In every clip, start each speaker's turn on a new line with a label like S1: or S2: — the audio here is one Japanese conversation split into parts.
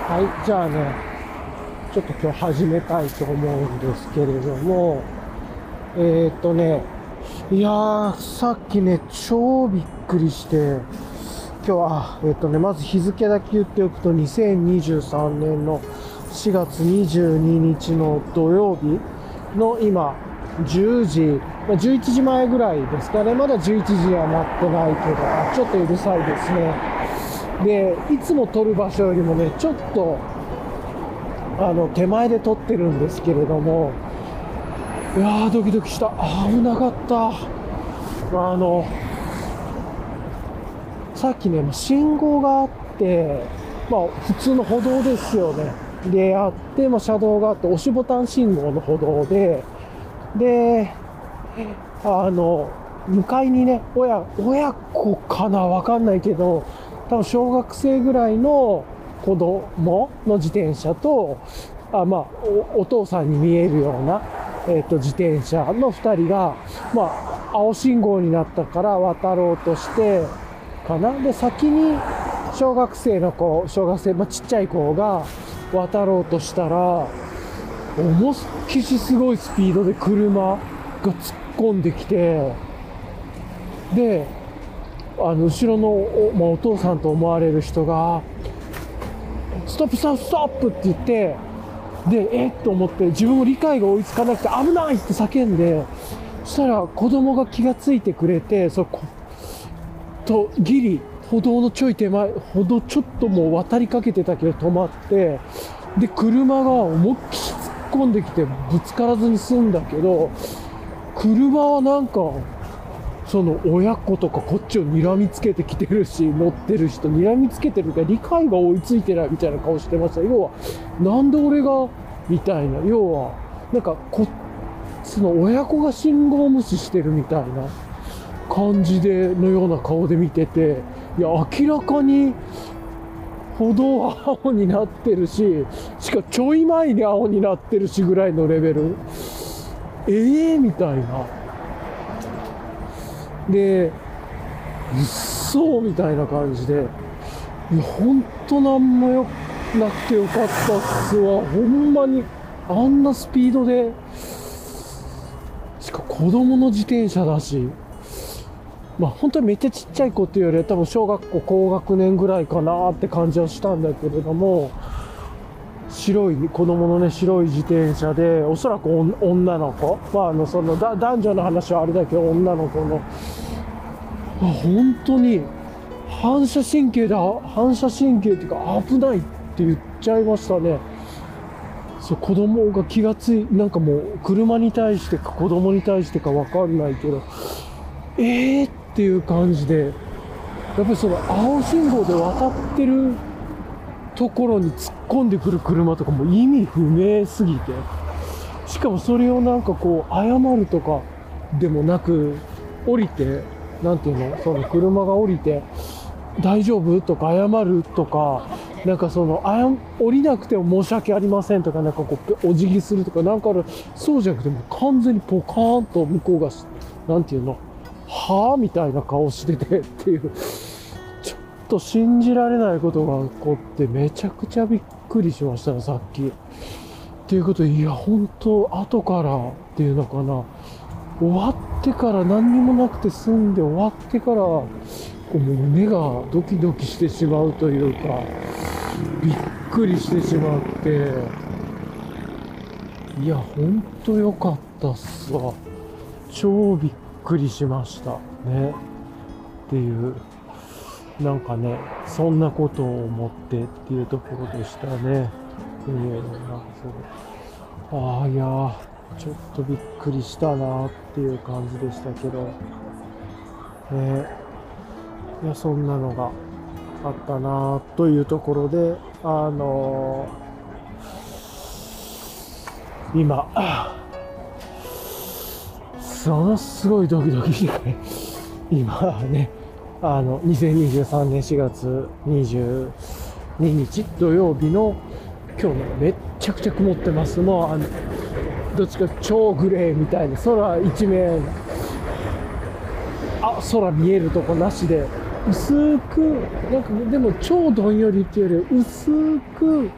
S1: はい、じゃあね、ちょっと今日始めたいと思うんですけれども、えーっとね、いやー、さっきね、超びっくりして、今日は、まず日付だけ言っておくと、2023年の4月22日の土曜日の今、10時、11時前ぐらいですかね。まだ11時にはなってないけど、ちょっとうるさいですね。で、いつも撮る場所よりもね、ちょっと、手前で撮ってるんですけれども、いやー、ドキドキした。危なかった。さっきね、信号があって、普通の歩道ですよね。で、あって、車道があって、押しボタン信号の歩道で、向かいにね、親子かなわかんないけど、多分小学生ぐらいの子供の自転車と、お父さんに見えるような、自転車の2人が、青信号になったから渡ろうとして、かな。で、先に小学生、ちっちゃい子が渡ろうとしたら、思いっきりすごいスピードで車が突っ込んできて、で、後ろのお父さんと思われる人が、ストップストップストップって言って、で、と思って自分も理解が追いつかなくて危ないって叫んで、そしたら子供が気がついてくれて、ギリ歩道のちょい手前、歩道ちょっともう渡りかけてたけど止まって、で、車が思いっきり突っ込んできてぶつからずに済んだけど、車はなんか、その親子とかこっちを睨みつけてきてるし、乗ってる人睨みつけてるから理解が追いついてないみたいな顔してました。要は、なんで俺がみたいな。要は、なんかその親子が信号無視してるみたいな感じのような顔で見てて、いや、明らかに歩道は青になってるし、しかもちょい前に青になってるしぐらいのレベル。みたいな。で、うっそーみたいな感じで、いや、ほんとなんもなくてよかったっすわ。ほんまに、あんなスピードで、しかも子供の自転車だし、本当にめっちゃちっちゃい子っていうよりは多分小学校高学年ぐらいかなって感じはしたんだけれども、子供のね、白い自転車で、おそらく女の子、男女の話はあれだけど、女の子の、本当に、反射神経っていうか、危ないって言っちゃいましたね。そう、子供がなんかもう、車に対してか子供に対してかわかんないけど、っていう感じで、やっぱりその青信号で渡ってるところに突っ込んでくる車とかも意味不明すぎて、しかもそれをなんかこう謝るとかでもなく、降りて、なんていうの、その車が降りて大丈夫とか謝るとか、なんか降りなくても申し訳ありませんとか、なんかこうお辞儀するとか、なんかそうじゃなくても完全にポカーンと向こうがなんていうの、はぁみたいな顔しててっていう、ちょっと信じられないことが起こってめちゃくちゃびっくりしましたね、さっき。っていうことで、いや、本当後からっていうのかな。終わってから何にもなくて済んで終わってから、もう胸がドキドキしてしまうというか、びっくりしてしまって、いや、本当良かったっすわ。超びっくりしましたね。っていう、なんかね、そんなことを思ってっていうところでしたね。いやー、ちょっとびっくりしたなっていう感じでしたけど、いや、そんなのがあったなというところで、今、すごいドキドキして、今ね、2023年4月22日土曜日の今日ね、めっちゃくちゃ曇ってます。もうどっちか超グレーみたいな、空一面、空見えるとこなしで、 薄く、なんかでも超どんよりっていうより薄く、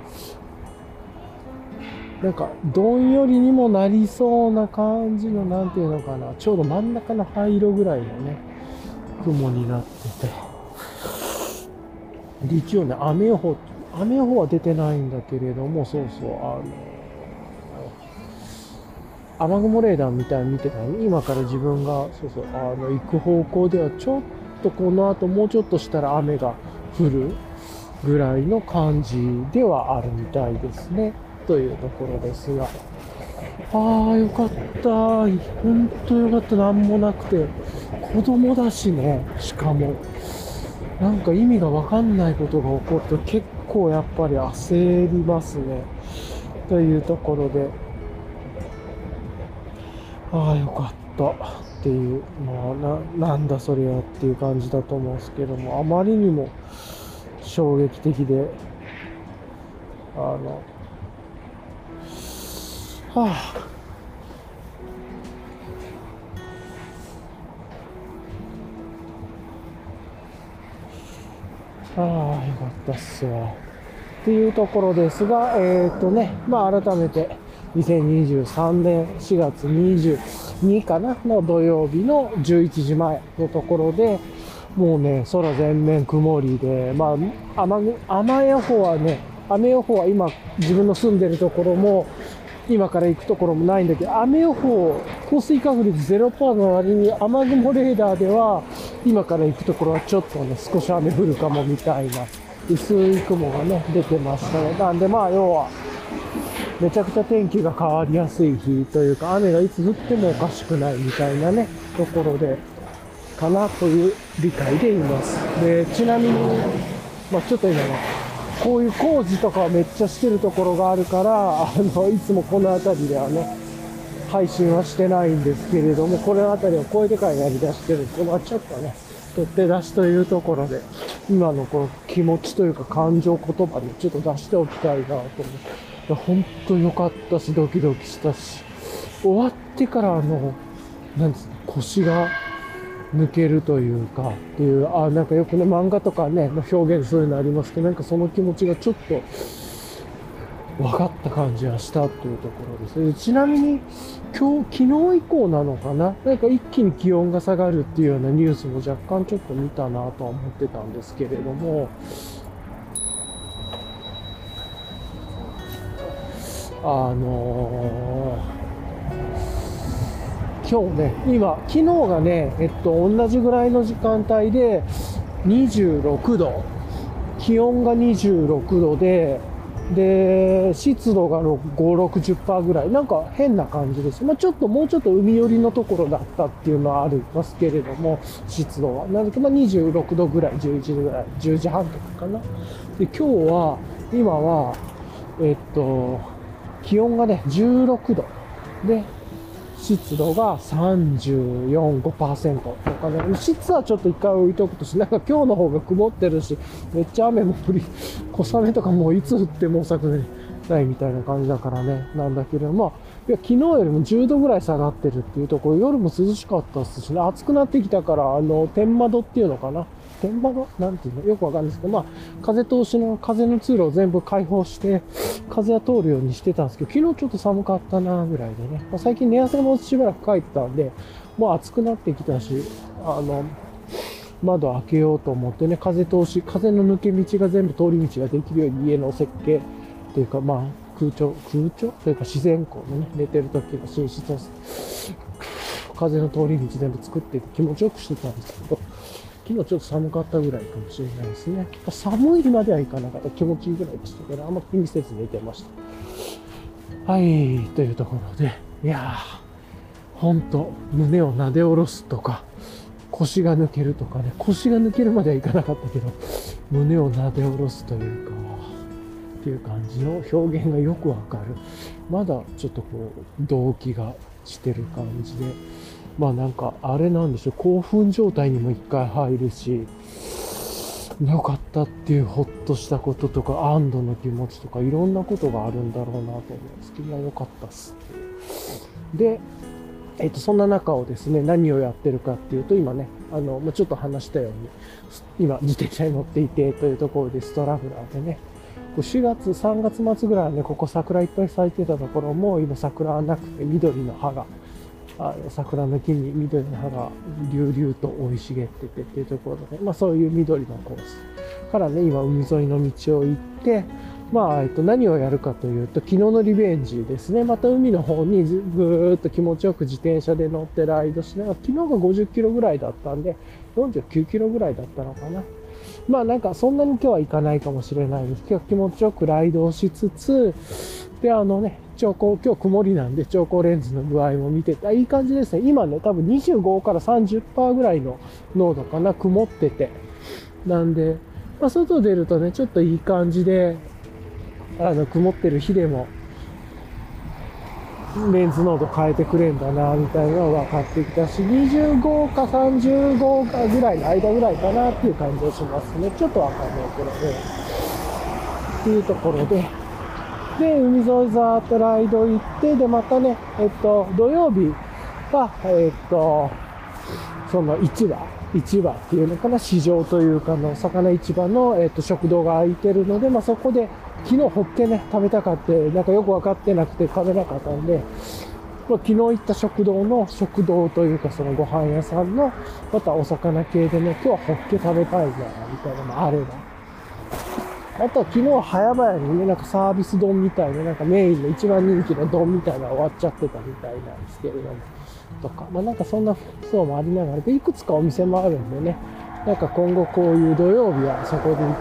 S1: なんかどんよりにもなりそうな感じの、なんていうのかな、ちょうど真ん中の灰色ぐらいのね、雲になってて。で、一応ね、雨予報は出てないんだけれども、そうそう、雨雲レーダーみたいに見てたのに、今から自分が、そうそう、行く方向ではちょっとこの後もうちょっとしたら雨が降るぐらいの感じではあるみたいですね。というところですが。ああ、よかった。本当よかった。なんもなくて。子供だしね、しかも。なんか意味がわかんないことが起こると結構やっぱり焦りますね。というところで。ああ、よかったっていう、なんだそれやっていう感じだと思うんですけども、あまりにも衝撃的で、はあ、よかったっすわ。っていうところですが、改めて、2023年4月22かなの土曜日の11時前のところで、もうね、空全面曇りで、雨予報は今、自分の住んでるところも、今から行くところもないんだけど、雨予報、降水確率0%の割に、雨雲レーダーでは、今から行くところはちょっとね、少し雨降るかもみたいな、薄い雲がね、出てましたね。なんで要は、めちゃくちゃ天気が変わりやすい日というか、雨がいつ降ってもおかしくないみたいなね、ところで、かなという理解でいます。で、ちなみに、ちょっと今ね、こういう工事とかをめっちゃしてるところがあるから、いつもこの辺りではね、配信はしてないんですけれども、この辺りを声でかいやり出してるこのちょっとね、取って出しというところで、今のこの気持ちというか感情言葉にちょっと出しておきたいなと思って、本当良かったし、ドキドキしたし、終わってからなんですか、腰が抜けるというか、っていう、なんかよくね、漫画とかね、の表現そういうのありますけど、なんかその気持ちがちょっと分かった感じはしたっていうところですね。ちなみに、昨日以降なのかな、なんか一気に気温が下がるっていうようなニュースも若干ちょっと見たなとは思ってたんですけれども、今日ね、昨日がね、同じぐらいの時間帯で26度、気温が26度で、湿度が5、60%ぐらい、なんか変な感じです。もうちょっと海寄りのところだったっていうのはありますけれども、湿度は。なので、26度ぐらい、11時ぐらい、10時半とかかな。で、今は、気温がね、16度で、湿度が34、5%とかね。湿はちょっと一回置いとくとし、なんか今日の方が曇ってるし、めっちゃ雨も降り、小雨とかもういつ降っても遅くないみたいな感じだからね、なんだけれど昨日よりも10度ぐらい下がってるっていうところ、夜も涼しかったですしね、暑くなってきたから、天窓っていうのかな。天窓なんていうのよくわかんないですけど、風の通路を全部開放して、風は通るようにしてたんですけど、昨日ちょっと寒かったなぐらいでね。最近寝汗もしばらく帰ったんで、もう暑くなってきたし、窓開けようと思ってね、風の抜け道が全部通り道ができるように家の設計というか、空調というか自然光のね、寝てる時の寝室の風の通り道全部作って気持ちよくしてたんですけど、昨日ちょっと寒かったぐらいかもしれないですね。寒いまではいかなかった。気持ちいいぐらいでしたけど、あんま気にせず寝てました。はい、というところで、いやー、ほんと、胸を撫で下ろすとか、腰が抜けるとかね、腰が抜けるまではいかなかったけど、胸を撫で下ろすというか、っていう感じの表現がよくわかる。まだちょっと動悸がしてる感じで、なんか、あれなんでしょう、興奮状態にも一回入るし、良かったっていうほっとしたこととか、安堵の気持ちとか、いろんなことがあるんだろうなと思うんですけど、良かったっす。で、 そんな中をですね、何をやってるかっていうと、今ね、ちょっと話したように、今、自転車に乗っていてというところで、ストラフラーでね、4月、3月末ぐらいはね、ここ桜いっぱい咲いてたところも、今桜はなくて、緑の葉が、桜の木に緑の葉が隆々と生い茂っててっていうところで、そういう緑のコースからね、今、海沿いの道を行って、何をやるかというと、昨日のリベンジですね。また海の方にぐーっと気持ちよく自転車で乗ってライドしながら、昨日が50キロぐらいだったんで、49キロぐらいだったのかな。なんかそんなに今日は行かないかもしれないんですけど、気持ちよくライドをしつつ、で、今日曇りなんで調光レンズの具合も見てて、いい感じですね。今ね、多分25から30% ぐらいの濃度かな、曇ってて。なんで、外出るとね、ちょっといい感じで、曇ってる日でも、レンズ濃度変えてくれんだな、みたいなのが分かってきたし、25か35かぐらいの間ぐらいかなっていう感じがしますね。ちょっとわかんないけどね。っていうところで、で、海沿いざーっとライド行って、で、またね、土曜日は、その市場っていうのかな、市場というかの、魚市場の、食堂が空いてるので、そこで、昨日ホッケね、食べたかって、なんかよくわかってなくて食べなかったんで、昨日行った食堂というかそのご飯屋さんの、またお魚系でね、今日はホッケ食べたいな、みたいなのもあれば。あとは昨日は早々にね、なんかサービス丼みたいな、なんかメインの一番人気の丼みたいなの終わっちゃってたみたいなんですけれども。とか、なんかそんなそうもありながらで、いくつかお店もあるんでね、なんか今後こういう土曜日はそこで行って、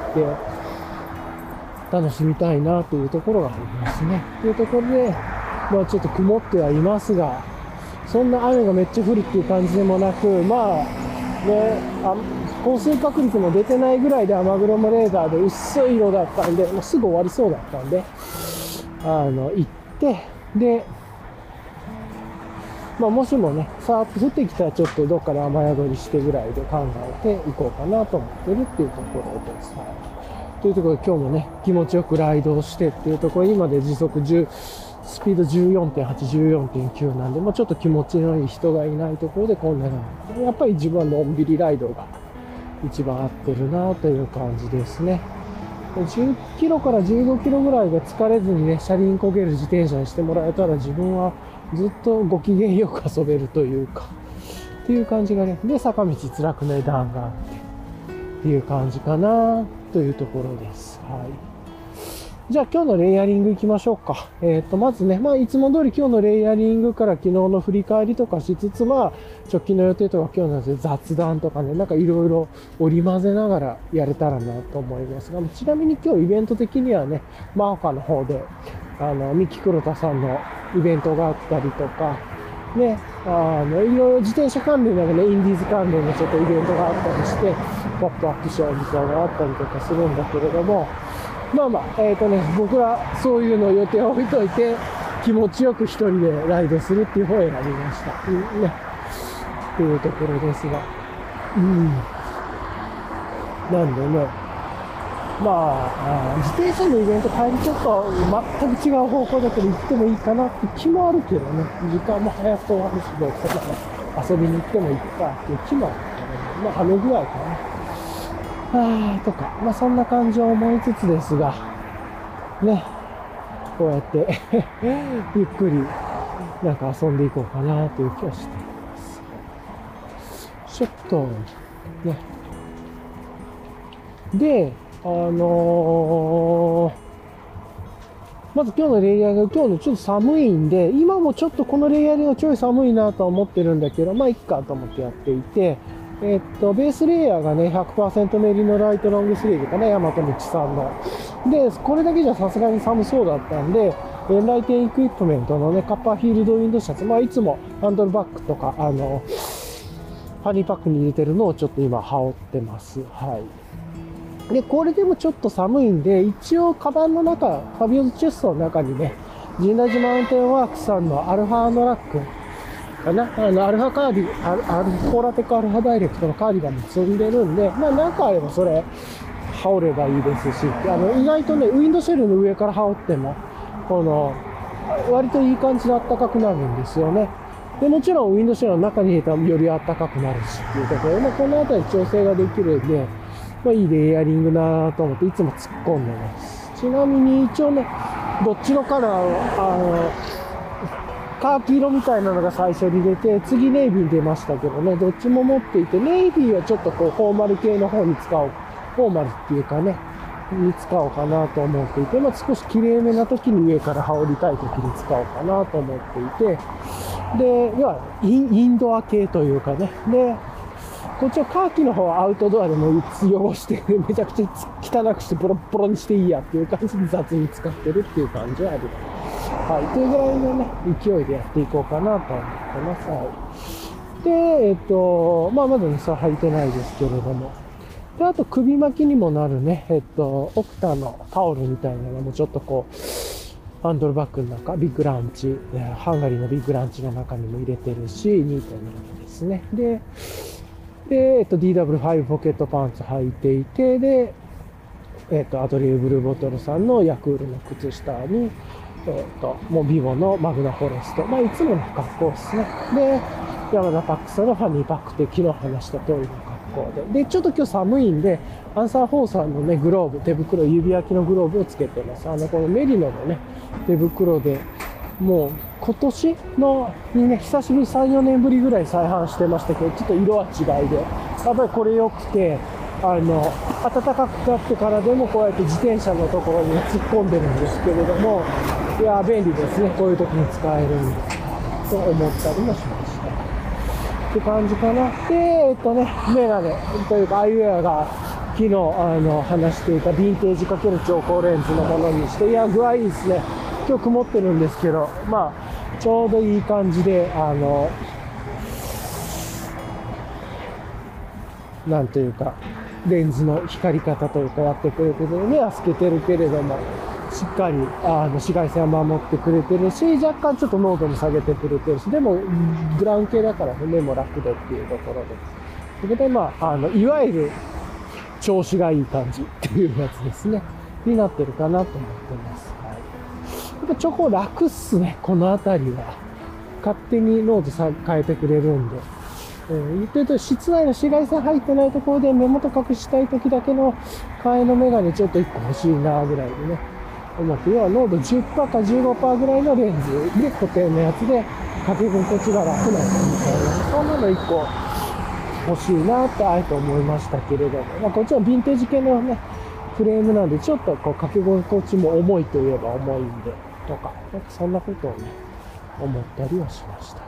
S1: 楽しみたいなというところがありますね。というところで、ちょっと曇ってはいますが、そんな雨がめっちゃ降るっていう感じでもなく、降水確率も出てないぐらいで雨雲レーダーで薄い色だったんで、もうすぐ終わりそうだったんで、行って、で、もしもね、さーっと降ってきたらちょっとどっかで雨宿りしてぐらいで考えていこうかなと思ってるっていうところです。というところで今日もね、気持ちよくライドをしてっていうところ、今で時速10、スピード 14.8、14.9 なんで、ちょっと気持ちのいい人がいないところでこんなの。やっぱり自分はのんびりライドが一番合ってるなという感じですね。10キロから15キロぐらいが疲れずにね、車輪こげる自転車にしてもらえたら自分はずっとご機嫌よく遊べるというか、っていう感じがね、で、坂道辛くない段があって、っていう感じかなというところです。はい。じゃあ今日のレイヤリング行きましょうか。まずね、いつも通り今日のレイヤリングから昨日の振り返りとかしつつ、直近の予定とか今日の雑談とかね、なんかいろいろ織り交ぜながらやれたらなと思いますが、ちなみに今日イベント的にはね、真岡の方で、三木黒田さんのイベントがあったりとか、ね、いろいろ自転車関連などね、インディーズ関連のちょっとイベントがあったりして、ポップアップショーみたいなのがあったりとかするんだけれども、僕らそういうのを予定を置いといて、気持ちよく一人でライドするっていう方を選びました。ね。っていうところですが。なんでね、自転車のイベント帰りちょっと全く違う方向だけど行ってもいいかなって気もあるけどね、時間も早く終わるし、遊びに行ってもいいかっていう気もあるけどね、雨具合かな。とか、そんな感じを思いつつですが、ね、こうやってゆっくりなんか遊んでいこうかなという気はしています。ちょっと、ね。で、まず今日のレイヤーが今日のちょっと寒いんで、今もちょっとこのレイヤーがちょい寒いなとは思ってるんだけど、いっかと思ってやっていて、ベースレイヤーがね、100% メリのライトロングスリーブかな、ヤマト道さんの。で、これだけじゃさすがに寒そうだったんで、エンライテンエクイプメントのね、カッパーフィールドウィンドシャツ、いつもハンドルバッグとか、ファニーパックに入れてるのをちょっと今羽織ってます。はい。で、これでもちょっと寒いんで、一応カバンの中、ファビオズチェストの中にね、神代寺マウンテンワークさんのアルファノラックかな、アルファカーディ、コーラテックアルファダイレクトのカーディガンも積んでるんで、なんかあればそれ、羽織ればいいですし、意外とね、ウィンドシェルの上から羽織っても、割といい感じで暖かくなるんですよね。 で、もちろんウィンドシェルの中に入れたらより暖かくなるしっていうところで、このあたり調整ができるんで、いいレイヤリングだなと思っていつも突っ込んでます。ちなみに一応ね、どっちのカラーカーキ色みたいなのが最初に出て、次ネイビーに出ましたけどね、どっちも持っていて、ネイビーはちょっとフォーマル系の方に使おう。フォーマルっていうかね、に使おうかなと思っていて、少し綺麗めな時に上から羽織りたい時に使おうかなと思っていて、で、要はインドア系というかね、で、こっちのカーキの方はアウトドアでも汚して、めちゃくちゃ汚くしてボロボロにしていいやっていう感じで雑に使ってるっていう感じはあります。はい。というぐらいのね、勢いでやっていこうかなと思ってます。はい。で、まだね、それ履いてないですけれども。で、あと首巻きにもなるね、オクタのタオルみたいなのもちょっとハンドルバッグの中、ビッグランチ、ハンガリーのビッグランチの中にも入れてるし、2.7 ですね。で、DW5 ポケットパンツ履いていて、で、アトリエブルーボトルさんのヤクールの靴下に、もうビボのマグナフォレスト。いつもの格好ですね。で、ヤマダパックさんのファニーパックって昨日話した通りの格好で。で、ちょっと今日寒いんで、アンサー4さんのね、グローブ、手袋、指焼きのグローブをつけてます。このメリノのね、手袋で、もう今年にね、久しぶり3、4年ぶりぐらい再販してましたけど、ちょっと色は違いで、やっぱりこれ良くて、暖かくなってからでもこうやって自転車のところに突っ込んでるんですけれども、いや、便利ですね。こういう時に使えるんで、と思ったりもしました。って感じかな。で、メガネというか、アイウェアが昨日、話していたヴィンテージ×超光レンズのものにして、いや、具合いいですね。今日曇ってるんですけど、ちょうどいい感じで、なんというか、レンズの光り方というかやってくれてる目は透けてるけれども、しっかり紫外線は守ってくれてるし、若干ちょっと濃度も下げてくれてるし、でもブラウン系だから目も楽でっていうところで。ということで、いわゆる調子がいい感じっていうやつですね。になってるかなと思ってます。はい。やっぱチョコ楽っすね、このあたりは。勝手に濃度変えてくれるんで。言ってると、室内の紫外線入ってないところで目元隠したい時だけの替えのメガネちょっと1個欲しいなぐらいでね、思って、要は濃度 10% か 15% ぐらいのレンズで固定のやつで、かけ心地が楽なやつみたいな、そんなの1個欲しいなってあえて思いましたけれども、こっちはヴィンテージ系のね、フレームなんで、ちょっとかけ心地も重いといえば重いんで、とか、そんなことをね、思ったりはしました。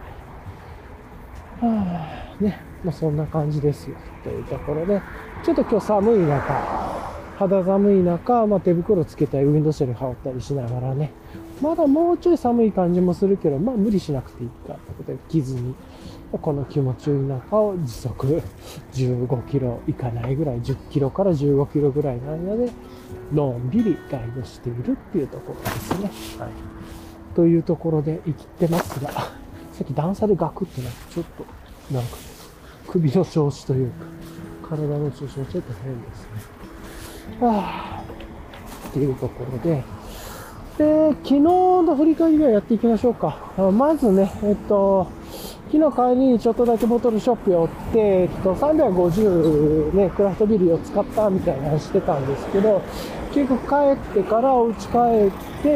S1: ね、そんな感じですよというところで、ちょっと今日寒い中、肌寒い中、手袋つけたりウィンドシェル羽織ったりしながらね、まだもうちょい寒い感じもするけど、無理しなくていいかということで着ずに、この気持ちいい中を時速15キロいかないぐらい、10キロから15キロぐらいの間でのんびりガイドしているっていうところですね。はい。というところで生きてますが、さっき段差でガクってなってちょっと首の調子というか体の調子もちょっと変ですね。っていうところで、昨日の振り返りはやっていきましょうか。まずね、昨日帰りにちょっとだけボトルショップ寄って、350ね、クラフトビールを使ったみたいな話してたんですけど、結局帰ってからお家帰って、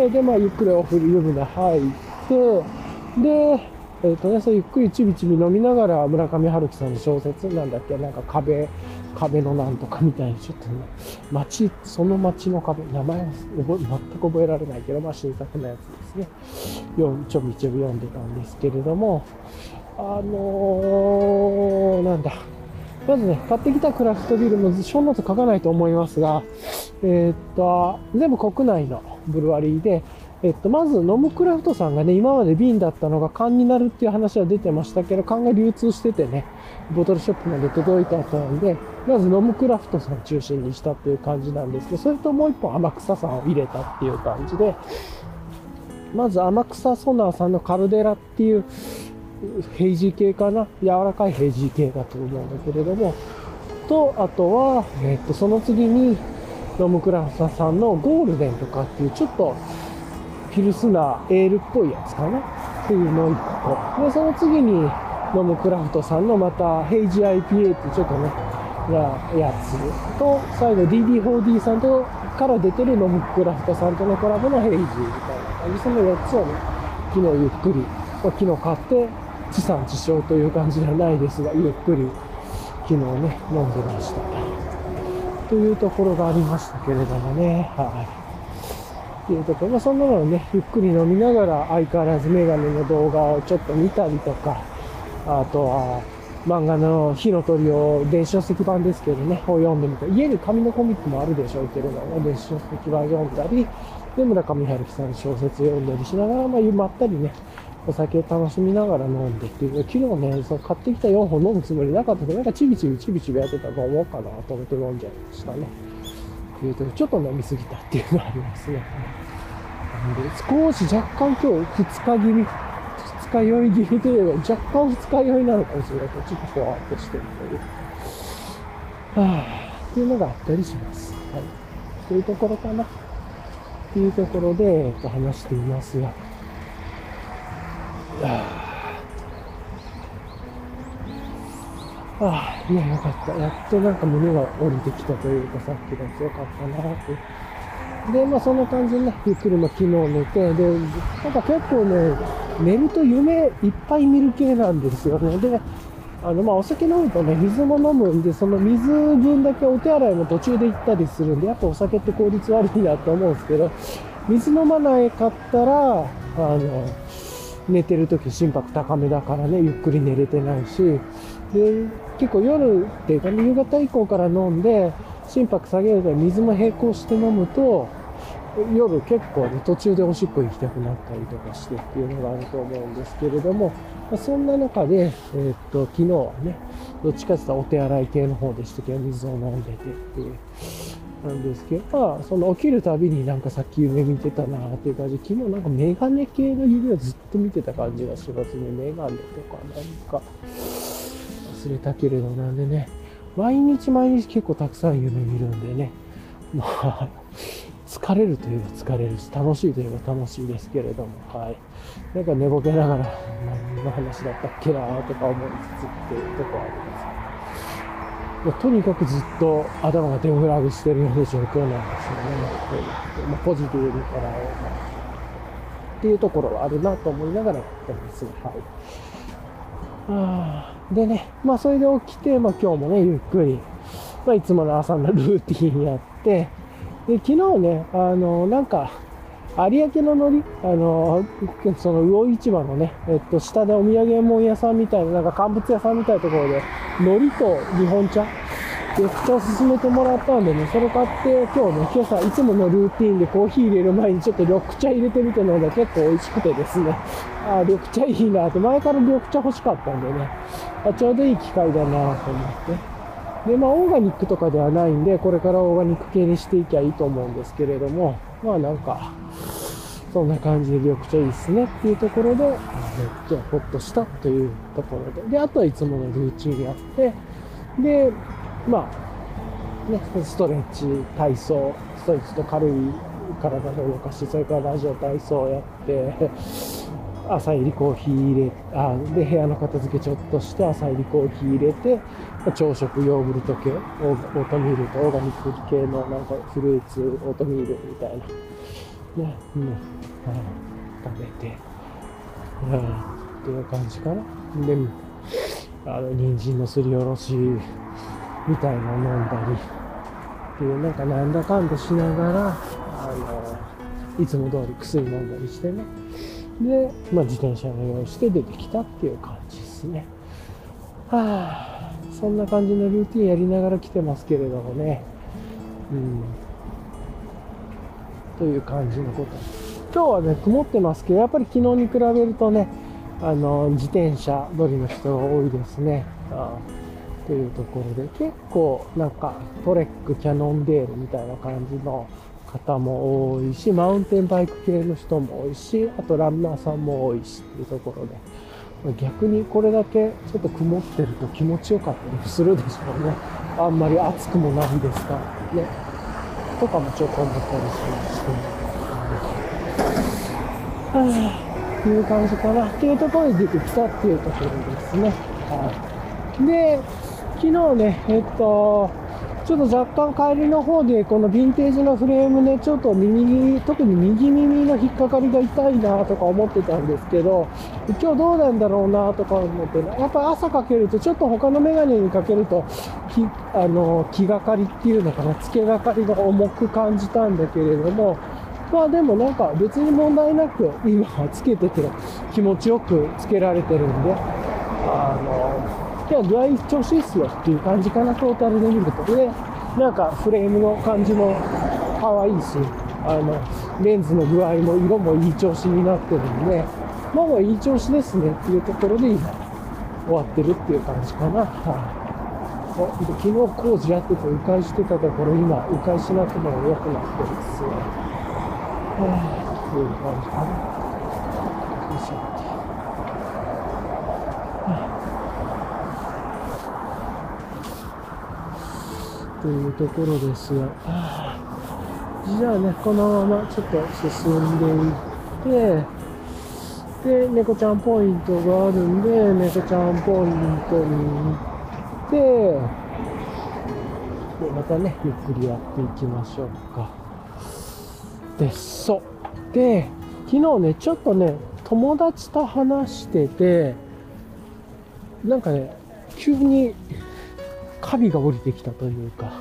S1: で、ゆっくりお風呂湯船入って、で、そうゆっくりちびちび飲みながら村上春樹さんの小説なんだっけ、壁のなんとかみたいにちょっとね、その街の壁、名前は全く覚えられないけど、新作のやつですね。ちょびちょび読んでたんですけれども、まずね、買ってきたクラフトビールもショーノート書かないと思いますが、全部国内のブルワリーで、まず、ノムクラフトさんがね、今まで瓶だったのが缶になるっていう話は出てましたけど、缶が流通しててね、ボトルショップまで届いた後なんで、まずノムクラフトさん中心にしたっていう感じなんですけど、それともう一本天草さんを入れたっていう感じで、まず天草ソナーさんのカルデラっていうヘイジー系かな、柔らかいヘイジー系だと思うんだけれども、あとは、その次にノムクラフトさんのゴールデンとかっていうちょっとピルスナーエールっぽいやつかなっていうのを1個。で、その次に、ノムクラフトさんのまた、ヘイジ IPA っていうちょっとね、やつと、最後 DD4D さんとから出てるノムクラフトさんとのコラボのヘイジみたいな感じ。その4つをね、昨日ゆっくり、昨日買って、地産地消という感じではないですが、ゆっくり昨日ね、飲んでました。というところがありましたけれどもね、はい。っていうところ、そんなのをね、ゆっくり飲みながら相変わらずメガネの動画をちょっと見たりとか、あとは漫画の火の鳥を電子書籍版ですけどね、を読んでみたり、家に紙のコミックもあるでしょうけれども、電子書籍版読んだり、で、村上春樹さんの小説読んだりしながら、まったりね、お酒を楽しみながら飲んでっていう。昨日ね、その買ってきた4本飲むつもりなかったけど、なんかチビチビやってたら飲もうかなと思って飲んじゃいましたね。っていうと、ちょっと飲みすぎたっていうのがありますね。なんで、少し若干今日二日酔い気味といえば、若干二日酔いなのかもしれないけど、ちょっとふわっとしてるという。っていうのがあったりします。はい。というところかな。っていうところで、話していますが。いや、よかった。やっとなんか胸が降りてきたというか、さっきのやつよかったなって。で、そんな感じでね、ゆっくり昨日寝て、で、なんか結構ね、寝ると夢いっぱい見る系なんですよね。で、お酒飲むとね、水も飲むんで、その水分だけお手洗いも途中で行ったりするんで、やっぱお酒って効率悪いなと思うんですけど、水飲まないかったら、寝てるとき心拍高めだからね、ゆっくり寝れてないし、で、結構夜っていうか、夕方以降から飲んで、心拍下げると水も並行して飲むと、夜結構ね、途中でおしっこ行きたくなったりとかしてっていうのがあると思うんですけれども、そんな中で、昨日はね、どっちかっていうとお手洗い系の方でしたけど、水を飲んでてっていう、なんですけど、その起きるたびになんかさっき夢見てたなーっていう感じで、昨日なんかメガネ系の夢をずっと見てた感じがしますね。メガネとかなんか、忘れたけれど、なんでね、毎日結構たくさん夢見るんでね、疲れるといえば疲れるし、楽しいといえば楽しいですけれども、はい。なんか寝ぼけながら、何の話だったっけなとか思いつつっていうところはあります。とにかくずっと頭がデフラグしてるような状況なんですよね。ポジティブに捉えようっていうところはあるなと思いながらやってますね。はい。でね、それで起きて、今日もね、ゆっくり、いつもの朝のルーティンやって、で、昨日ね、なんか、有明の海苔、その魚市場のね、下でお土産物屋さんみたいな、なんか乾物屋さんみたいなところで、海苔と日本茶、緑茶を勧めてもらったんでね、それ買って今日ね、今朝いつものルーティンでコーヒー入れる前にちょっと緑茶入れてみて飲んだら結構美味しくてですね、緑茶いいなって、前から緑茶欲しかったんでね、ちょうどいい機会だなと思って。で、オーガニックとかではないんで、これからオーガニック系にしていきゃいいと思うんですけれども、なんか、そんな感じで緑茶いいっすねっていうところで、めっちゃホッとしたというところで、で、あとはいつものルーチンやって、で、ストレッチ、体操、ストレッチと軽い体の動かし、それからラジオ体操やって、朝入りコーヒー入れ、で、部屋の片付けちょっとして、朝入りコーヒー入れて、朝食ヨーグルト系、オートミールとオーガニック系のなんかフルーツ、オートミールみたいな、ね、食べて、っていう感じかな。で、人参のすりおろしみたいなの飲んだり、っていう、なんかなんだかんだしながら、いつも通り薬飲んだりしてね。で、自転車の用意して出てきたっていう感じですね。そんな感じのルーティンやりながら来てますけれどもね。という感じのこと。今日はね、曇ってますけど、やっぱり昨日に比べるとね、自転車乗りの人が多いですね。というところで、結構なんかトレック、キャノンデールみたいな感じの方も多いし、マウンテンバイク系の人も多いし、あとランナーさんも多いしっていうところで、逆にこれだけちょっと曇ってると気持ちよかったりするでしょうね。あんまり暑くもないですからね。とかもちょっと思ったりしまして。 っていう感じかなっていうところで出てきたっていうところですね。はい。で、昨日ね、ちょっと若干帰りの方でこのヴィンテージのフレームね、ちょっと特に右耳の引っかかりが痛いなとか思ってたんですけど、今日どうなんだろうなとか思ってね、やっぱ朝かけるとちょっと他のメガネにかけると気がかりっていうのかな、付けがかりが重く感じたんだけれども、まあでもなんか別に問題なく今はつけてて気持ちよくつけられてるんで、いや具合調子いいっすよっていう感じかな、トータルで見ると。で、なんかフレームの感じも可愛いし、レンズの具合も色もいい調子になってるんで、まあもういい調子ですねっていうところで今終わってるっていう感じかな。昨日工事やってて迂回してたところ、今迂回しなくても良くなってるっすよ。っていう感じかな。よいしょ。というところですが、じゃあね、このままちょっと進んでいって、で、猫ちゃんポイントがあるんで、猫ちゃんポイントに行って、で、またね、ゆっくりやっていきましょうか。で、昨日ね、ちょっとね、友達と話してて、なんかね、急にカビが降りてきたというか、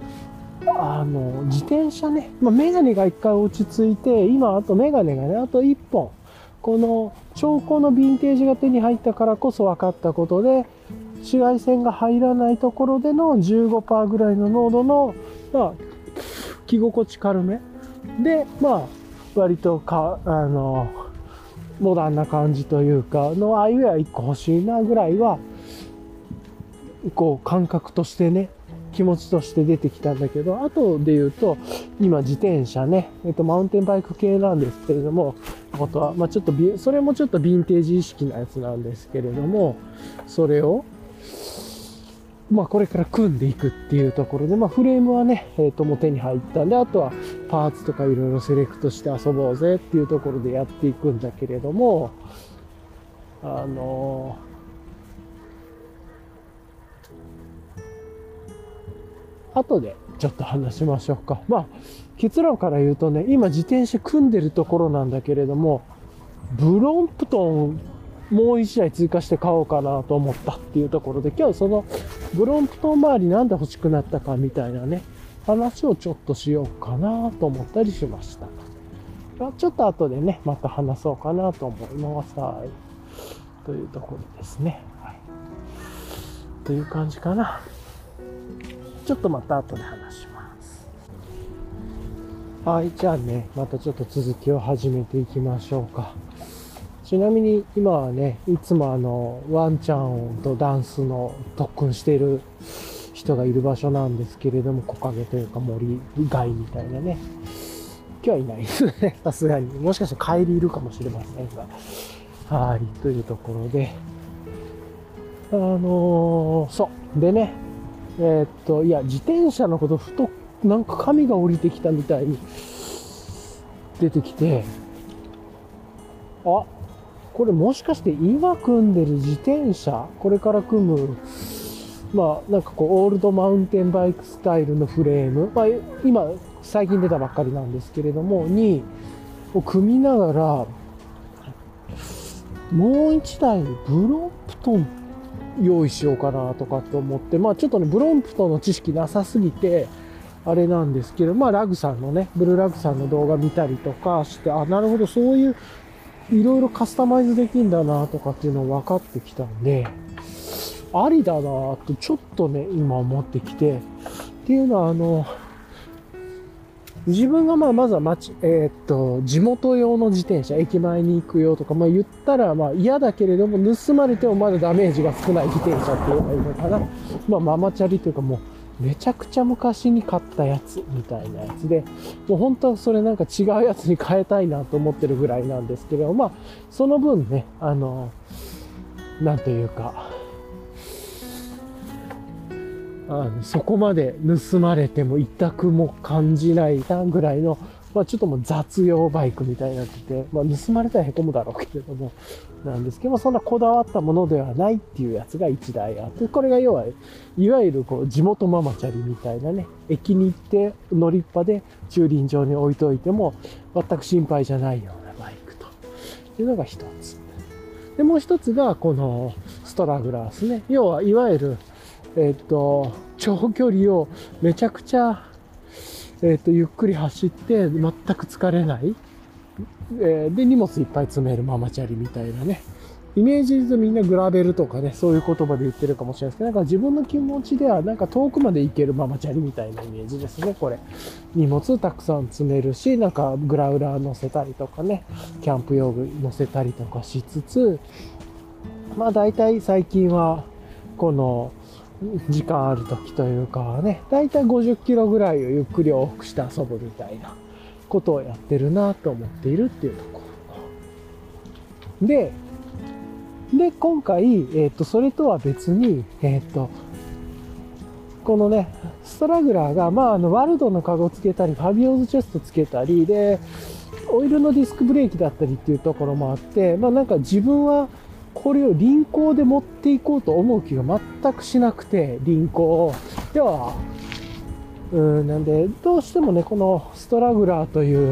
S1: 自転車ね、メガネが一回落ち着いて、今あとメガネがね、あと1本、この超高のヴィンテージが手に入ったからこそ分かったことで、紫外線が入らないところでの 15% ぐらいの濃度の、着心地軽めで、割とモダンな感じというかのアイウェア1個欲しいなぐらいはこう感覚としてね、気持ちとして出てきたんだけど、後で言うと今自転車ね、マウンテンバイク系なんですけれども、あとはちょっとそれもちょっとヴィンテージ意識なやつなんですけれども、それをこれから組んでいくっていうところで、フレームはね、もう手に入ったんで、あとはパーツとかいろいろセレクトして遊ぼうぜっていうところでやっていくんだけれども、後でちょっと話しましょうか。結論から言うとね、今自転車組んでるところなんだけれども、ブロンプトンもう一台追加して買おうかなと思ったっていうところで、今日そのブロンプトン周りなんで欲しくなったかみたいなね、話をちょっとしようかなと思ったりしました。ちょっと後でね、また話そうかなと思います。はい。というところですね。はい。という感じかな。ちょっとまた後で話します。はい。じゃあね、またちょっと続きを始めていきましょうか。ちなみに今はね、いつもワンちゃんとダンスの特訓している人がいる場所なんですけれども、木陰というか森外みたいなね。今日はいないですね。さすがに。もしかしたら帰りいるかもしれませんが。はい。というところで。そう。でね、いや、自転車のことふと、なんか髪が降りてきたみたいに出てきて、これもしかして今組んでる自転車、これから組む、なんかオールドマウンテンバイクスタイルのフレーム、今最近出たばっかりなんですけれども、を組みながら、もう一台ブロンプトン用意しようかなとかって思って、ちょっとね、ブロンプトンの知識なさすぎて、あれなんですけど、ラグさんのね、ブルーラグさんの動画見たりとかして、なるほど、そういう、いろいろカスタマイズできんだなとかっていうの分かってきたんで、ありだなとちょっとね、今思ってきて、っていうのは自分がまずは地元用の自転車、駅前に行くよとか、言ったら嫌だけれども、盗まれてもまだダメージが少ない自転車っていうのがいいのかな。ママチャリというかもう、めちゃくちゃ昔に買ったやつみたいなやつで、もう本当はそれなんか違うやつに変えたいなと思ってるぐらいなんですけど、その分ね、なんというか、そこまで盗まれても痛くも感じないぐらいの、 まあちょっともう雑用バイクみたいになってて、まあ盗まれたら凹むだろうけれども、なんですけど、そんなこだわったものではないっていうやつが1台あって、これが要は、いわゆるこう地元ママチャリみたいなね、駅に行って乗りっぱで駐輪場に置いといても全く心配じゃないようなバイクというのが一つ。で、もう一つがこのストラグラーですね。要はいわゆる、長距離をめちゃくちゃ、ゆっくり走って全く疲れない。で、荷物いっぱい詰めるママチャリみたいなね。イメージで言うとみんなグラベルとかね、そういう言葉で言ってるかもしれないですけど、なんか自分の気持ちではなんか遠くまで行けるママチャリみたいなイメージですね、これ。荷物たくさん詰めるし、なんかグラウラー乗せたりとかね、キャンプ用具乗せたりとかしつつ、まあ大体最近は、この、時間ある時というかね、だいたい50キロぐらいをゆっくり往復して遊ぶみたいなことをやってるなと思っているっていうところ。で、今回、それとは別に、このね、ストラグラーが、まあ、ワルドのカゴつけたり、ファビオーズチェストつけたり、で、オイルのディスクブレーキだったりっていうところもあって、まあなんか自分は、これを輪行で持っていこうと思う気が全くしなくて、輪行を。では、なんで、どうしてもね、このストラグラーという、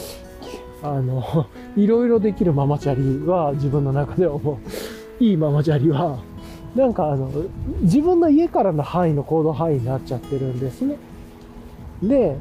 S1: いろいろできるママチャリは、自分の中ではもう、いいママチャリは、なんか自分の家からの範囲の行動範囲になっちゃってるんですね。で、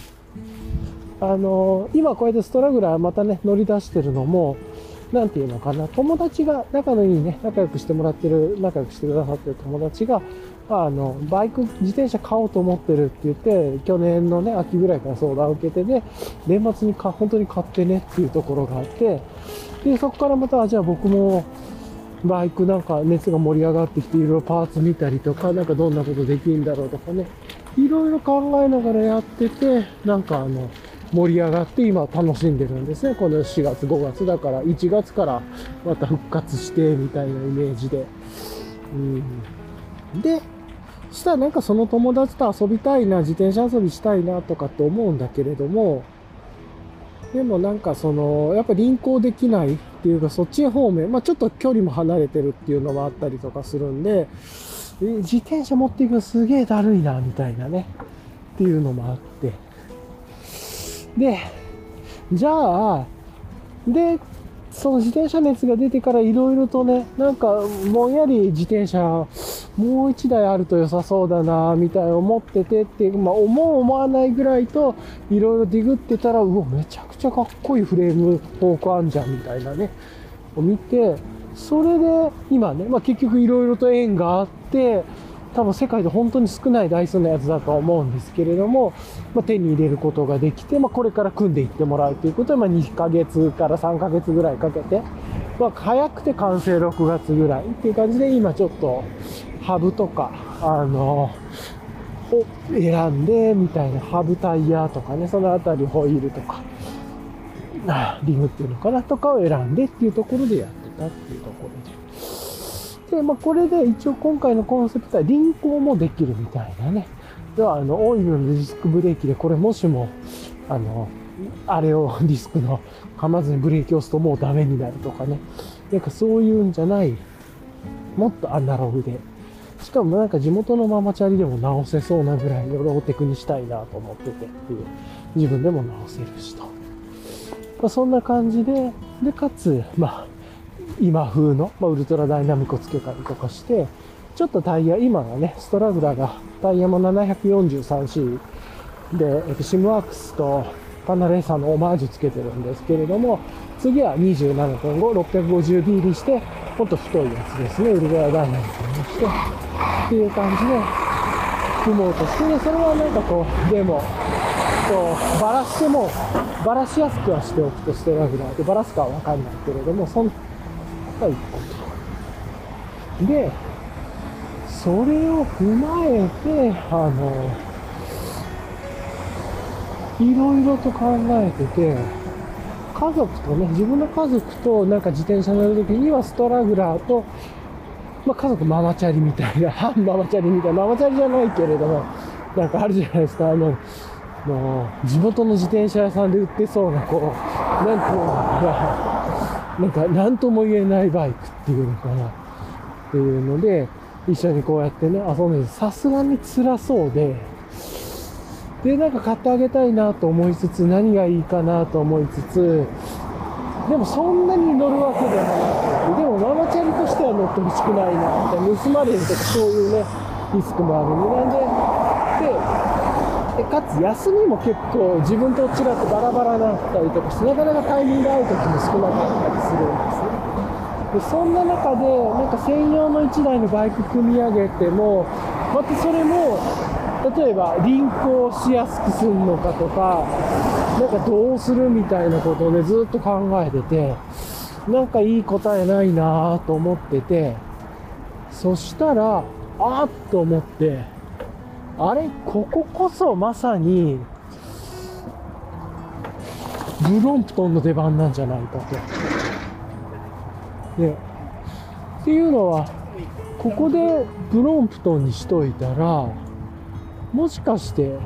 S1: 今こうやってストラグラーまたね、乗り出してるのも、なんていうのかな、友達が、仲のいいね、仲良くしてくださってる友達が、バイク、自転車買おうと思ってるって言って、去年のね、秋ぐらいから相談を受けてね、年末に本当に買ってねっていうところがあって、で、そこからまた、じゃあ僕も、バイクなんか熱が盛り上がってきて、いろいろパーツ見たりとか、なんかどんなことできるんだろうとかね、いろいろ考えながらやってて、なんか盛り上がって今楽しんでるんですね。この4月、5月だから1月からまた復活してみたいなイメージで。で、したらなんかその友達と遊びたいな、自転車遊びしたいなとかって思うんだけれども、でもなんかやっぱ輪行できないっていうかそっち方面、まあちょっと距離も離れてるっていうのもあったりとかするんで、自転車持っていくのすげえだるいな、みたいなね、っていうのもあって。で、じゃあ、その自転車熱が出てからいろいろとね、なんかぼんやり自転車もう一台あると良さそうだな、みたいな思っててっていう、まあ思わないぐらいといろいろディグってたら、うわ、めちゃくちゃかっこいいフレームフォークあんじゃん、みたいなね、を見て、それで今ね、まあ結局いろいろと縁があって、多分世界で本当に少ない台数のやつだとは思うんですけれども、まあ、手に入れることができて、まあ、これから組んでいってもらうということで、まあ、2ヶ月から3ヶ月ぐらいかけて、まあ、早くて完成6月ぐらいっていう感じで、今ちょっとハブとか、を選んで、みたいな、ハブタイヤとかね、そのあたりホイールとか、リムっていうのかなとかを選んでっていうところでやってたっていうところで。で、まあ、これで一応今回のコンセプトは輪行もできるみたいなね。では、オイルのディスクブレーキで、これもしも、あれをディスクの噛まずにブレーキを押すともうダメになるとかね。なんかそういうんじゃない、もっとアナログで。しかもなんか地元のママチャリでも直せそうなぐらいローテクにしたいなと思っててっていう。自分でも直せるしと。まあ、そんな感じで、で、かつ、まあ、今風の、まあ、ウルトラダイナミックをつけたりとかして、ちょっとタイヤ、今がね、ストラグラーがタイヤも 743C で、シムワークスとパナレーサーのオマージュつけてるんですけれども、次は 27.5、650D にして、もっと太いやつですね、ウルトラダイナミックにして、っていう感じで組もうとして、それはなんかこう、でも、バラしやすくはしておくとストラグラーで、バラすかはわかんないけれども、そんなが1個と。で、それを踏まえて、いろいろと考えてて、家族とね、自分の家族となんか自転車乗るときにはストラグラーと、まあ家族ママチャリみたいな、反ママチャリみたいな、ママチャリじゃないけれども、なんかあるじゃないですか、 もう地元の自転車屋さんで売ってそうなこうなんていうのかな、なんか何とも言えないバイクっていうのかなっていうので一緒にこうやってね遊んで、さすがに辛そうで、なんか買ってあげたいなと思いつつ、何がいいかなと思いつつ、でもそんなに乗るわけでもなくて、でもママチャリとしては乗ってほしくないなって、盗まれるとかそういうねリスクもあるんで、なんでかつ休みも結構自分と違ってバラバラだったりとかして、なかなかタイミング合う時も少なかったりするんですね。でそんな中でなんか専用の1台のバイク組み上げても、またそれも例えば輪行しやすくするのかとか、なんかどうするみたいなことをねずっと考えてて、なんかいい答えないなと思ってて、そしたらあっと思って、あれこここそまさにブロンプトンの出番なんじゃないかと。でっていうのは、ここでブロンプトンにしといたら、もしかして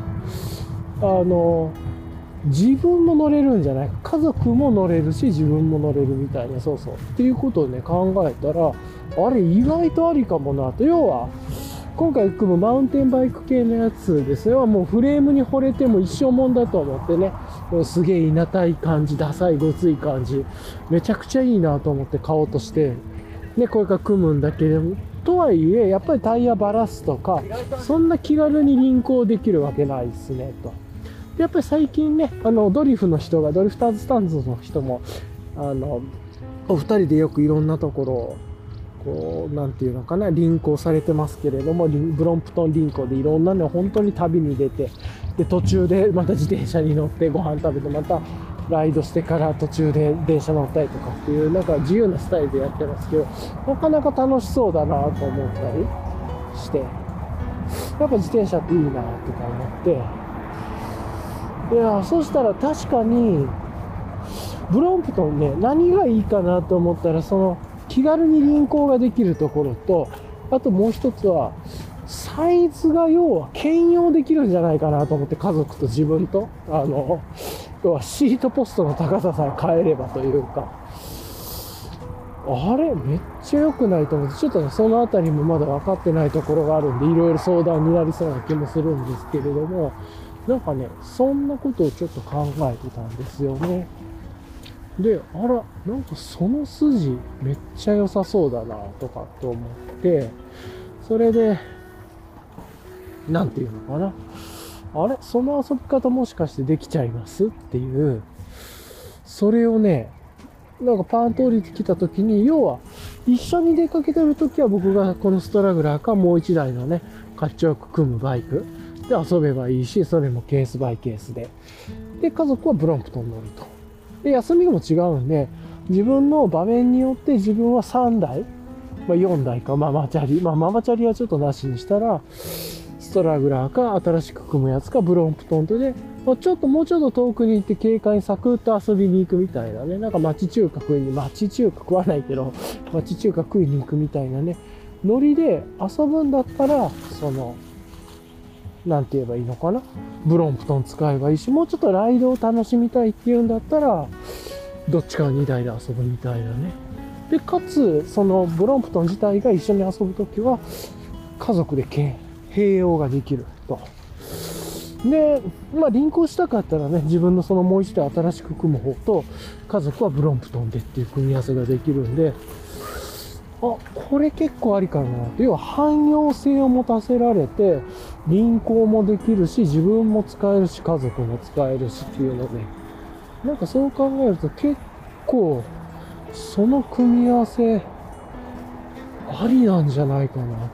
S1: 自分も乗れるんじゃないか、家族も乗れるし自分も乗れるみたいな、そうそうっていうことをね考えたら、あれ意外とありかもなと。要は今回組むマウンテンバイク系のやつですよ、もうフレームに惚れても一生もんだと思ってね、すげえいなたい感じ、ダサいごつい感じ、めちゃくちゃいいなと思って買おうとしてね、これから組むんだけれども、とはいえやっぱりタイヤバラすとかそんな気軽に輪行できるわけないですねと。でやっぱり最近ね、ドリフの人が、ドリフターズスタンズの人もお二人でよくいろんなところをこうなんていうのかな、輪行されてますけれども、ブロンプトン輪行でいろんなね本当に旅に出て、で途中でまた自転車に乗ってご飯食べて、またライドしてから途中で電車乗ったりとかっていう、なんか自由なスタイルでやってますけど、なかなか楽しそうだなと思ったりして、やっぱ自転車っていいなとか思って、いやそしたら確かにブロンプトンね、何がいいかなと思ったら、その気軽に輪行ができるところと、あともう一つはサイズが要は兼用できるんじゃないかなと思って、家族と自分と要はシートポストの高ささえ変えればというか、あれめっちゃ良くないと思って、ちょっとねそのあたりもまだ分かってないところがあるんで、いろいろ相談になりそうな気もするんですけれども、なんかねそんなことをちょっと考えてたんですよね。で、あら、なんかその筋めっちゃ良さそうだなとかと思って、それでなんていうのかな、あれその遊び方もしかしてできちゃいますっていう、それをねなんかパンと降りてきた時に、要は一緒に出かけてる時は僕がこのストラグラーかもう一台のねかっちょよく組むバイクで遊べばいいし、それもケースバイケースで、で家族はブロンプトン乗ると。で休みも違うんで、自分の場面によって自分は3台、4台かママチャリ、ママチャリはちょっとなしにしたらストラグラーか新しく組むやつかブロンプトンとで、ちょっともうちょっと遠くに行って軽快にサクッと遊びに行くみたいなね、なんか町中華食いに、町中華食わないけど町中華食いに行くみたいなねノリで遊ぶんだったら、そのなんて言えばいいのかな、ブロンプトン使えばいいし、もうちょっとライドを楽しみたいっていうんだったらどっちか2台で遊ぶみたいなね。でかつそのブロンプトン自体が一緒に遊ぶときは家族で併用ができると。で輪行したかったらね、自分のそのもう一台新しく組む方と家族はブロンプトンでっていう組み合わせができるんで、これ結構ありかなと。要は汎用性を持たせられて輪行もできるし、自分も使えるし家族も使えるしっていうので、なんかそう考えると結構その組み合わせありなんじゃないかなと思って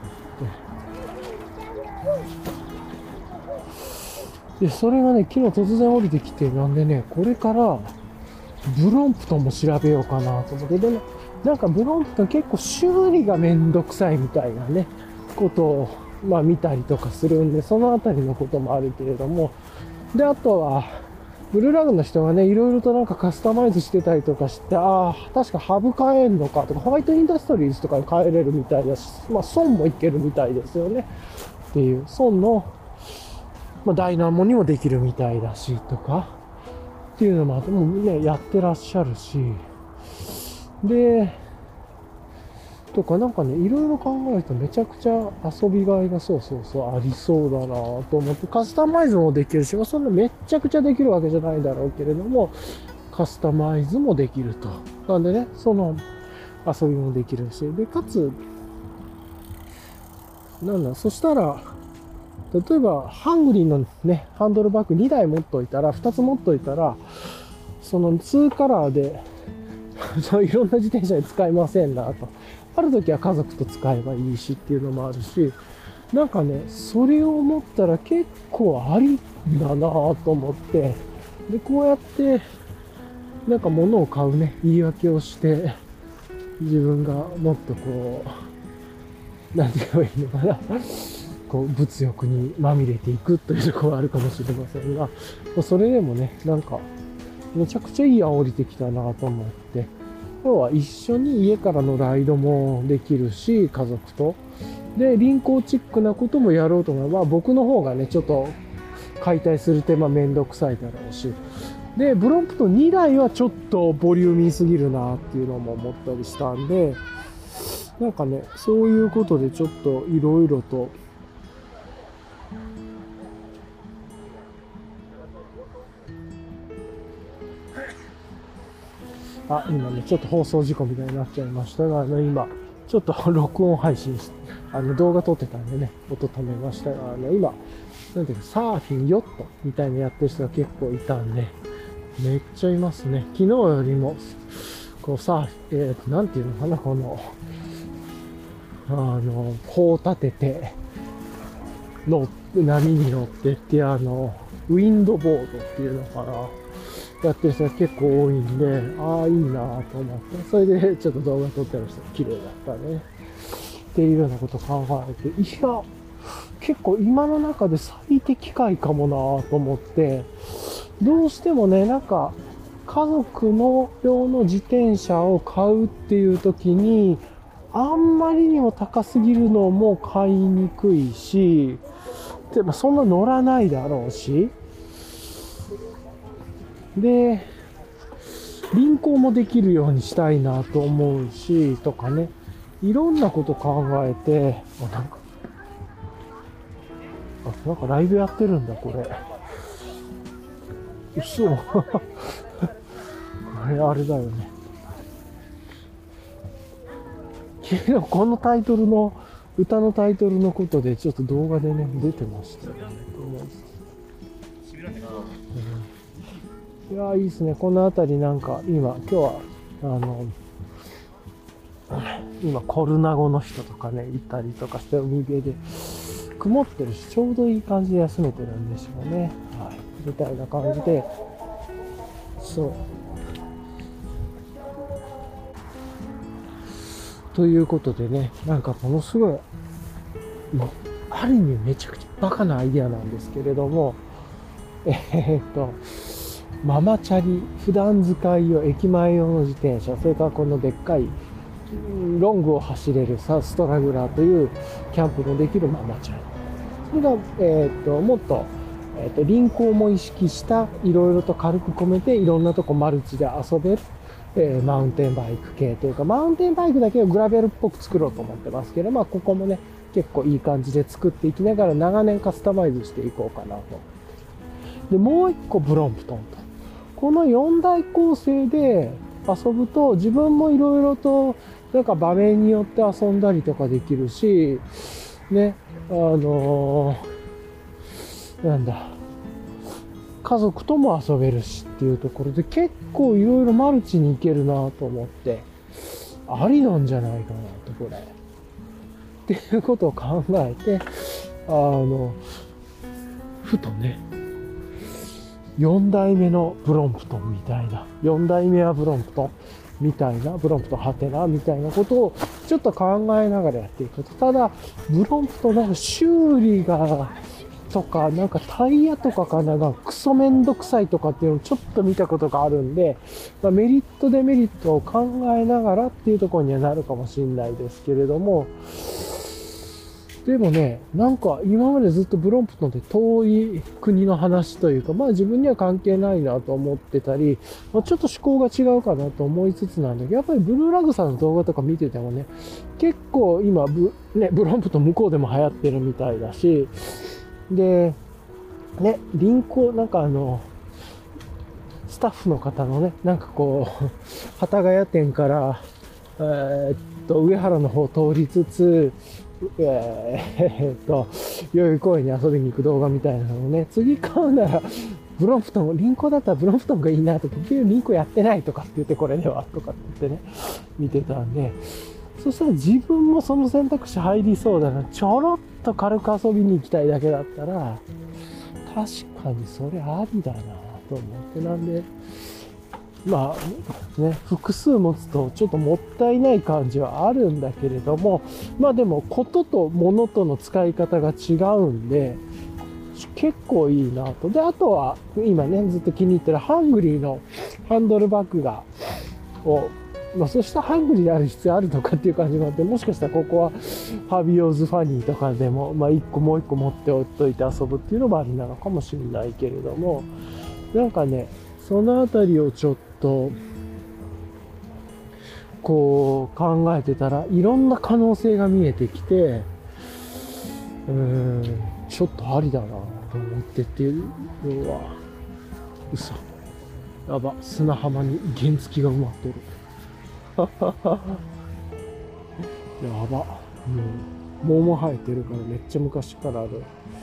S1: 。でそれがね昨日突然降りてきて、なんでねこれからブロンプトンも調べようかなと思って。でね、なんかブロンプトン結構修理がめんどくさいみたいなねことを見たりとかするんで、そのあたりのこともあるけれども、であとはブルーラグの人がねいろいろとなんかカスタマイズしてたりとかして、確かハブ買えんのかとか、ホワイトインダストリーズとかに買えれるみたいだし、損もいけるみたいですよねっていう、損のダイナモにもできるみたいだしとかっていうのもあって、もうね、やってらっしゃるし、で、とかなんかね、いろいろ考えるとめちゃくちゃ遊びがいがありそうだなと思って、カスタマイズもできるし、そんなめっちゃくちゃできるわけじゃないだろうけれども、カスタマイズもできると。なんでね、その遊びもできるし、で、かつ、そしたら、例えば、ハングリーのね、ハンドルバッグ2台持っといたら、2つ持っといたら、その2カラーで、いろんな自転車に使えませんなと。ある時は家族と使えばいいしっていうのもあるし、なんかね、それを思ったら結構ありだなと思って、で、こうやって、なんか物を買うね、言い訳をして、自分がもっとこう、なんて言えばいいのかな。こう物欲にまみれていくというところはあるかもしれませんが、それでもね、なんかめちゃくちゃいい煽りてきたなと思って、要は一緒に家からのライドもできるし、家族と。で、輪行チックなこともやろうと思えば、僕の方がね、ちょっと解体する手間めんどくさいだろうし。で、ブロンプトン2台はちょっとボリューミーすぎるなっていうのも思ったりしたんで、なんかね、そういうことでちょっといろいろと今ね、ちょっと放送事故みたいになっちゃいましたが、今、ちょっと録音配信して、動画撮ってたんでね、音止めましたが、今、なんていうか、サーフィン、ヨットみたいにやってる人が結構いたんで、めっちゃいますね。昨日よりも、こう、なんていうのかな、この、こう立てて、波に乗ってって、ウィンドボードっていうのかな。やってる人が結構多いんで、いいなぁと思って、それでちょっと動画撮ってました。綺麗だったね。っていうようなことを考えて、いや、結構今の中で最適解かもなぁと思って、どうしてもね、なんか、家族の用の自転車を買うっていう時に、あんまりにも高すぎるのも買いにくいし、でもそんな乗らないだろうし、で、輪行もできるようにしたいなと思うし、とかね、いろんなこと考えて、なんかライブやってるんだ、これ。嘘。これあれだよね。昨日このタイトルの、歌のタイトルのことでちょっと動画でね、出てましたよね。いやー、いいですね。この辺りなんか、今日は、今、コルナゴの人とかね、いたりとかして、海辺で、曇ってるし、ちょうどいい感じで休めてるんでしょうね。はい。みたいな感じで、そう。ということでね、なんかものすごい、ある意味めちゃくちゃバカなアイデアなんですけれども、ママチャリ、普段使い用、駅前用の自転車、それからこのでっかい、ロングを走れるストラグラーというキャンプのできるママチャリ。それが、もっと、輪行も意識した、いろいろと軽く込めて、いろんなとこマルチで遊べる、マウンテンバイク系というか、マウンテンバイクだけをグラベルっぽく作ろうと思ってますけど、ここもね、結構いい感じで作っていきながら長年カスタマイズしていこうかなと。で、もう一個ブロンプトンと。この4大構成で遊ぶと自分もいろいろとなんか場面によって遊んだりとかできるし、ね、なんだ、家族とも遊べるしっていうところで結構いろいろマルチに行けるなと思って、ありなんじゃないかなと、これ。っていうことを考えて、ふとね、4代目のブロンプトンみたいな、4代目はブロンプトンみたいな、ブロンプトンハテナみたいなことをちょっと考えながらやっていくと、ただ、ブロンプトンなんか修理が、とか、なんかタイヤとかかながクソめんどくさいとかっていうのをちょっと見たことがあるんで、メリットデメリットを考えながらっていうところにはなるかもしれないですけれども、 でもね、なんか今までずっとブロンプトンって遠い国の話というか、まあ自分には関係ないなと思ってたり、まあ、ちょっと思考が違うかなと思いつつなんだけど、やっぱりブルーラグさんの動画とか見ててもね、結構今ブロンプトン向こうでも流行ってるみたいだし、で、ね、輪行、なんかスタッフの方のね、なんかこう、幡ヶ谷店から、上原の方通りつつ、代々木公園に遊びに行く動画みたいなのをね、次買うなら、ブロンプトン、輪行だったらブロンプトンがいいなとか、結局輪行やってないとかって言って、これではとかって言ってね、見てたんで、そしたら自分もその選択肢入りそうだな。ちょろっと軽く遊びに行きたいだけだったら、確かにそれありだなと思って、なんで、まあね、複数持つとちょっともったいない感じはあるんだけれども、まあでもことと物との使い方が違うんで、結構いいなと。で、あとは今ね、ずっと気に入ってるハングリーのハンドルバッグまあ、そうしたらハングリーである必要あるのかっていう感じがあって、もしかしたらここはファビオーズファニーとかでも、まあもう一個持っておいといて遊ぶっていうのもありなのかもしれないけれども、なんかね、そのあたりをちょっと、こう考えてたら、いろんな可能性が見えてきて、ちょっとありだなと思ってっていうのは、嘘。やば、砂浜に原付が埋まってる。やば。桃も生えてるからめっちゃ昔からある。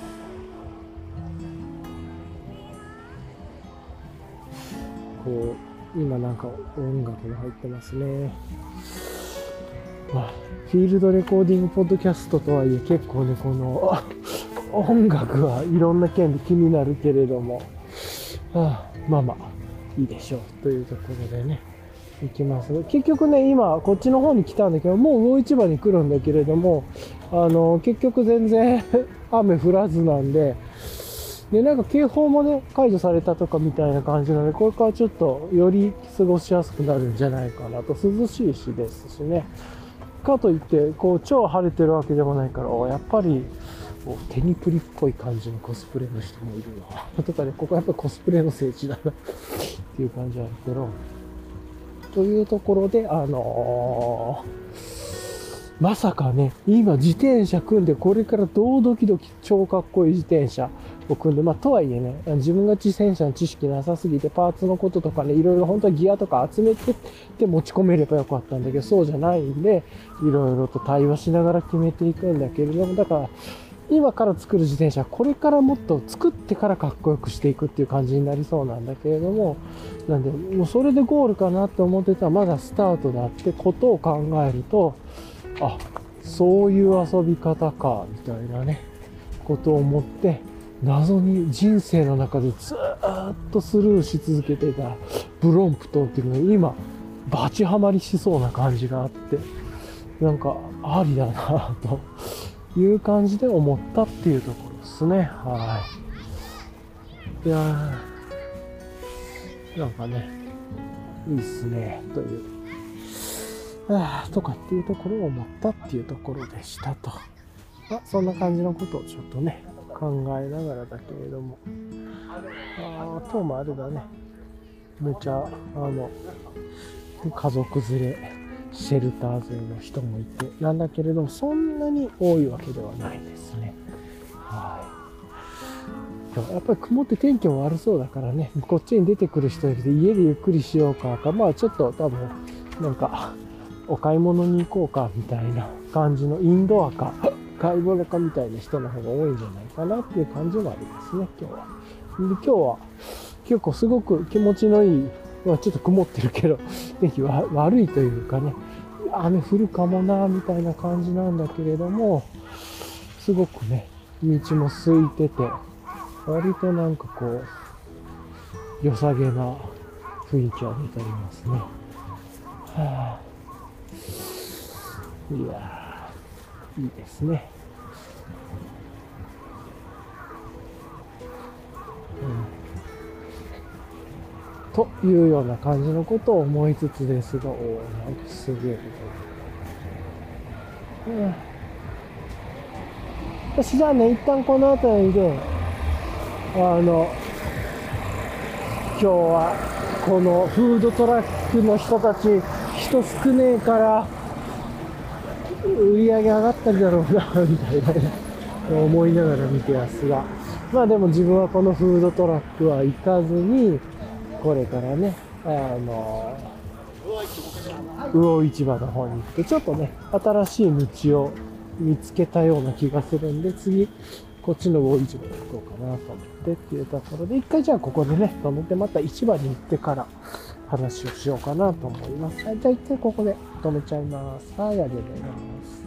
S1: こう、今なんか音楽が入ってますね。まあ、フィールドレコーディングポッドキャストとはいえ結構ね、この音楽はいろんな件で気になるけれども、まあまあ、いいでしょうというところでね。行きます。結局ね、今こっちの方に来たんだけど、もう魚市場に来るんだけれども、結局全然雨降らずなんで、で、なんか警報もね、解除されたとかみたいな感じなので、これからちょっとより過ごしやすくなるんじゃないかなと、涼しいしですしね。かといって、こう、超晴れてるわけでもないから、やっぱり、テニプリっぽい感じのコスプレの人もいるな。とかね、ここやっぱりコスプレの聖地だなっていう感じはあるけど、というところで、まさかね、今自転車組んで、これからドキドキ超かっこいい自転車を組んで、まあとはいえね、自分が自転車の知識なさすぎて、パーツのこととかね、いろいろ本当はギアとか集めてって持ち込めればよかったんだけど、そうじゃないんで、いろいろと対話しながら決めていくんだけれども、だから、今から作る自転車はこれからもっと作ってからかっこよくしていくっていう感じになりそうなんだけれども、なんで、もうそれでゴールかなって思ってたらまだスタートだってことを考えると、そういう遊び方か、みたいなね、ことを思って、謎に人生の中でずーっとスルーし続けてたブロンプトンっていうのが今、バチハマりしそうな感じがあって、なんかありだなという感じで思ったっていうところですね。はい。いやー、なんかね、いいっすね、という。とかっていうところを思ったっていうところでしたと。そんな感じのことをちょっとね、考えながらだけれども。あともあれだね。めちゃ、家族連れ、シェルター勢の人もいて、なんだけれども、そんなに多いわけではないですね。はい。やっぱり曇って天気も悪そうだからね、こっちに出てくる人より家でゆっくりしようか、まあちょっと多分、なんか、お買い物に行こうかみたいな感じのインドアか買い物かみたいな人の方が多いんじゃないかなっていう感じもありますね、今日は。で、今日は結構すごく気持ちのいい、ちょっと曇ってるけど、天気は悪いというかね、雨降るかもなみたいな感じなんだけれども、すごくね、道も空いてて、割となんかこう、良さげな雰囲気は出ておりますね。いやー、いいですね。というような感じのことを思いつつですが、なんかすげえ。 私じゃあね、一旦この辺りで、今日はこのフードトラックの人たち、人少ねえから売り上げ上がったんだろうなみたいなね思いながら見てますが、まあでも自分はこのフードトラックは行かずに、これからね、魚市場の方に行って、ちょっとね、新しい道を見つけたような気がするんで、次、こっちの魚市場に行こうかなと思ってっていうところで、一回じゃあここでね、止めて、また市場に行ってから話をしようかなと思います。はい、じゃあ一回ここで止めちゃいます。はい、ありがとうございます。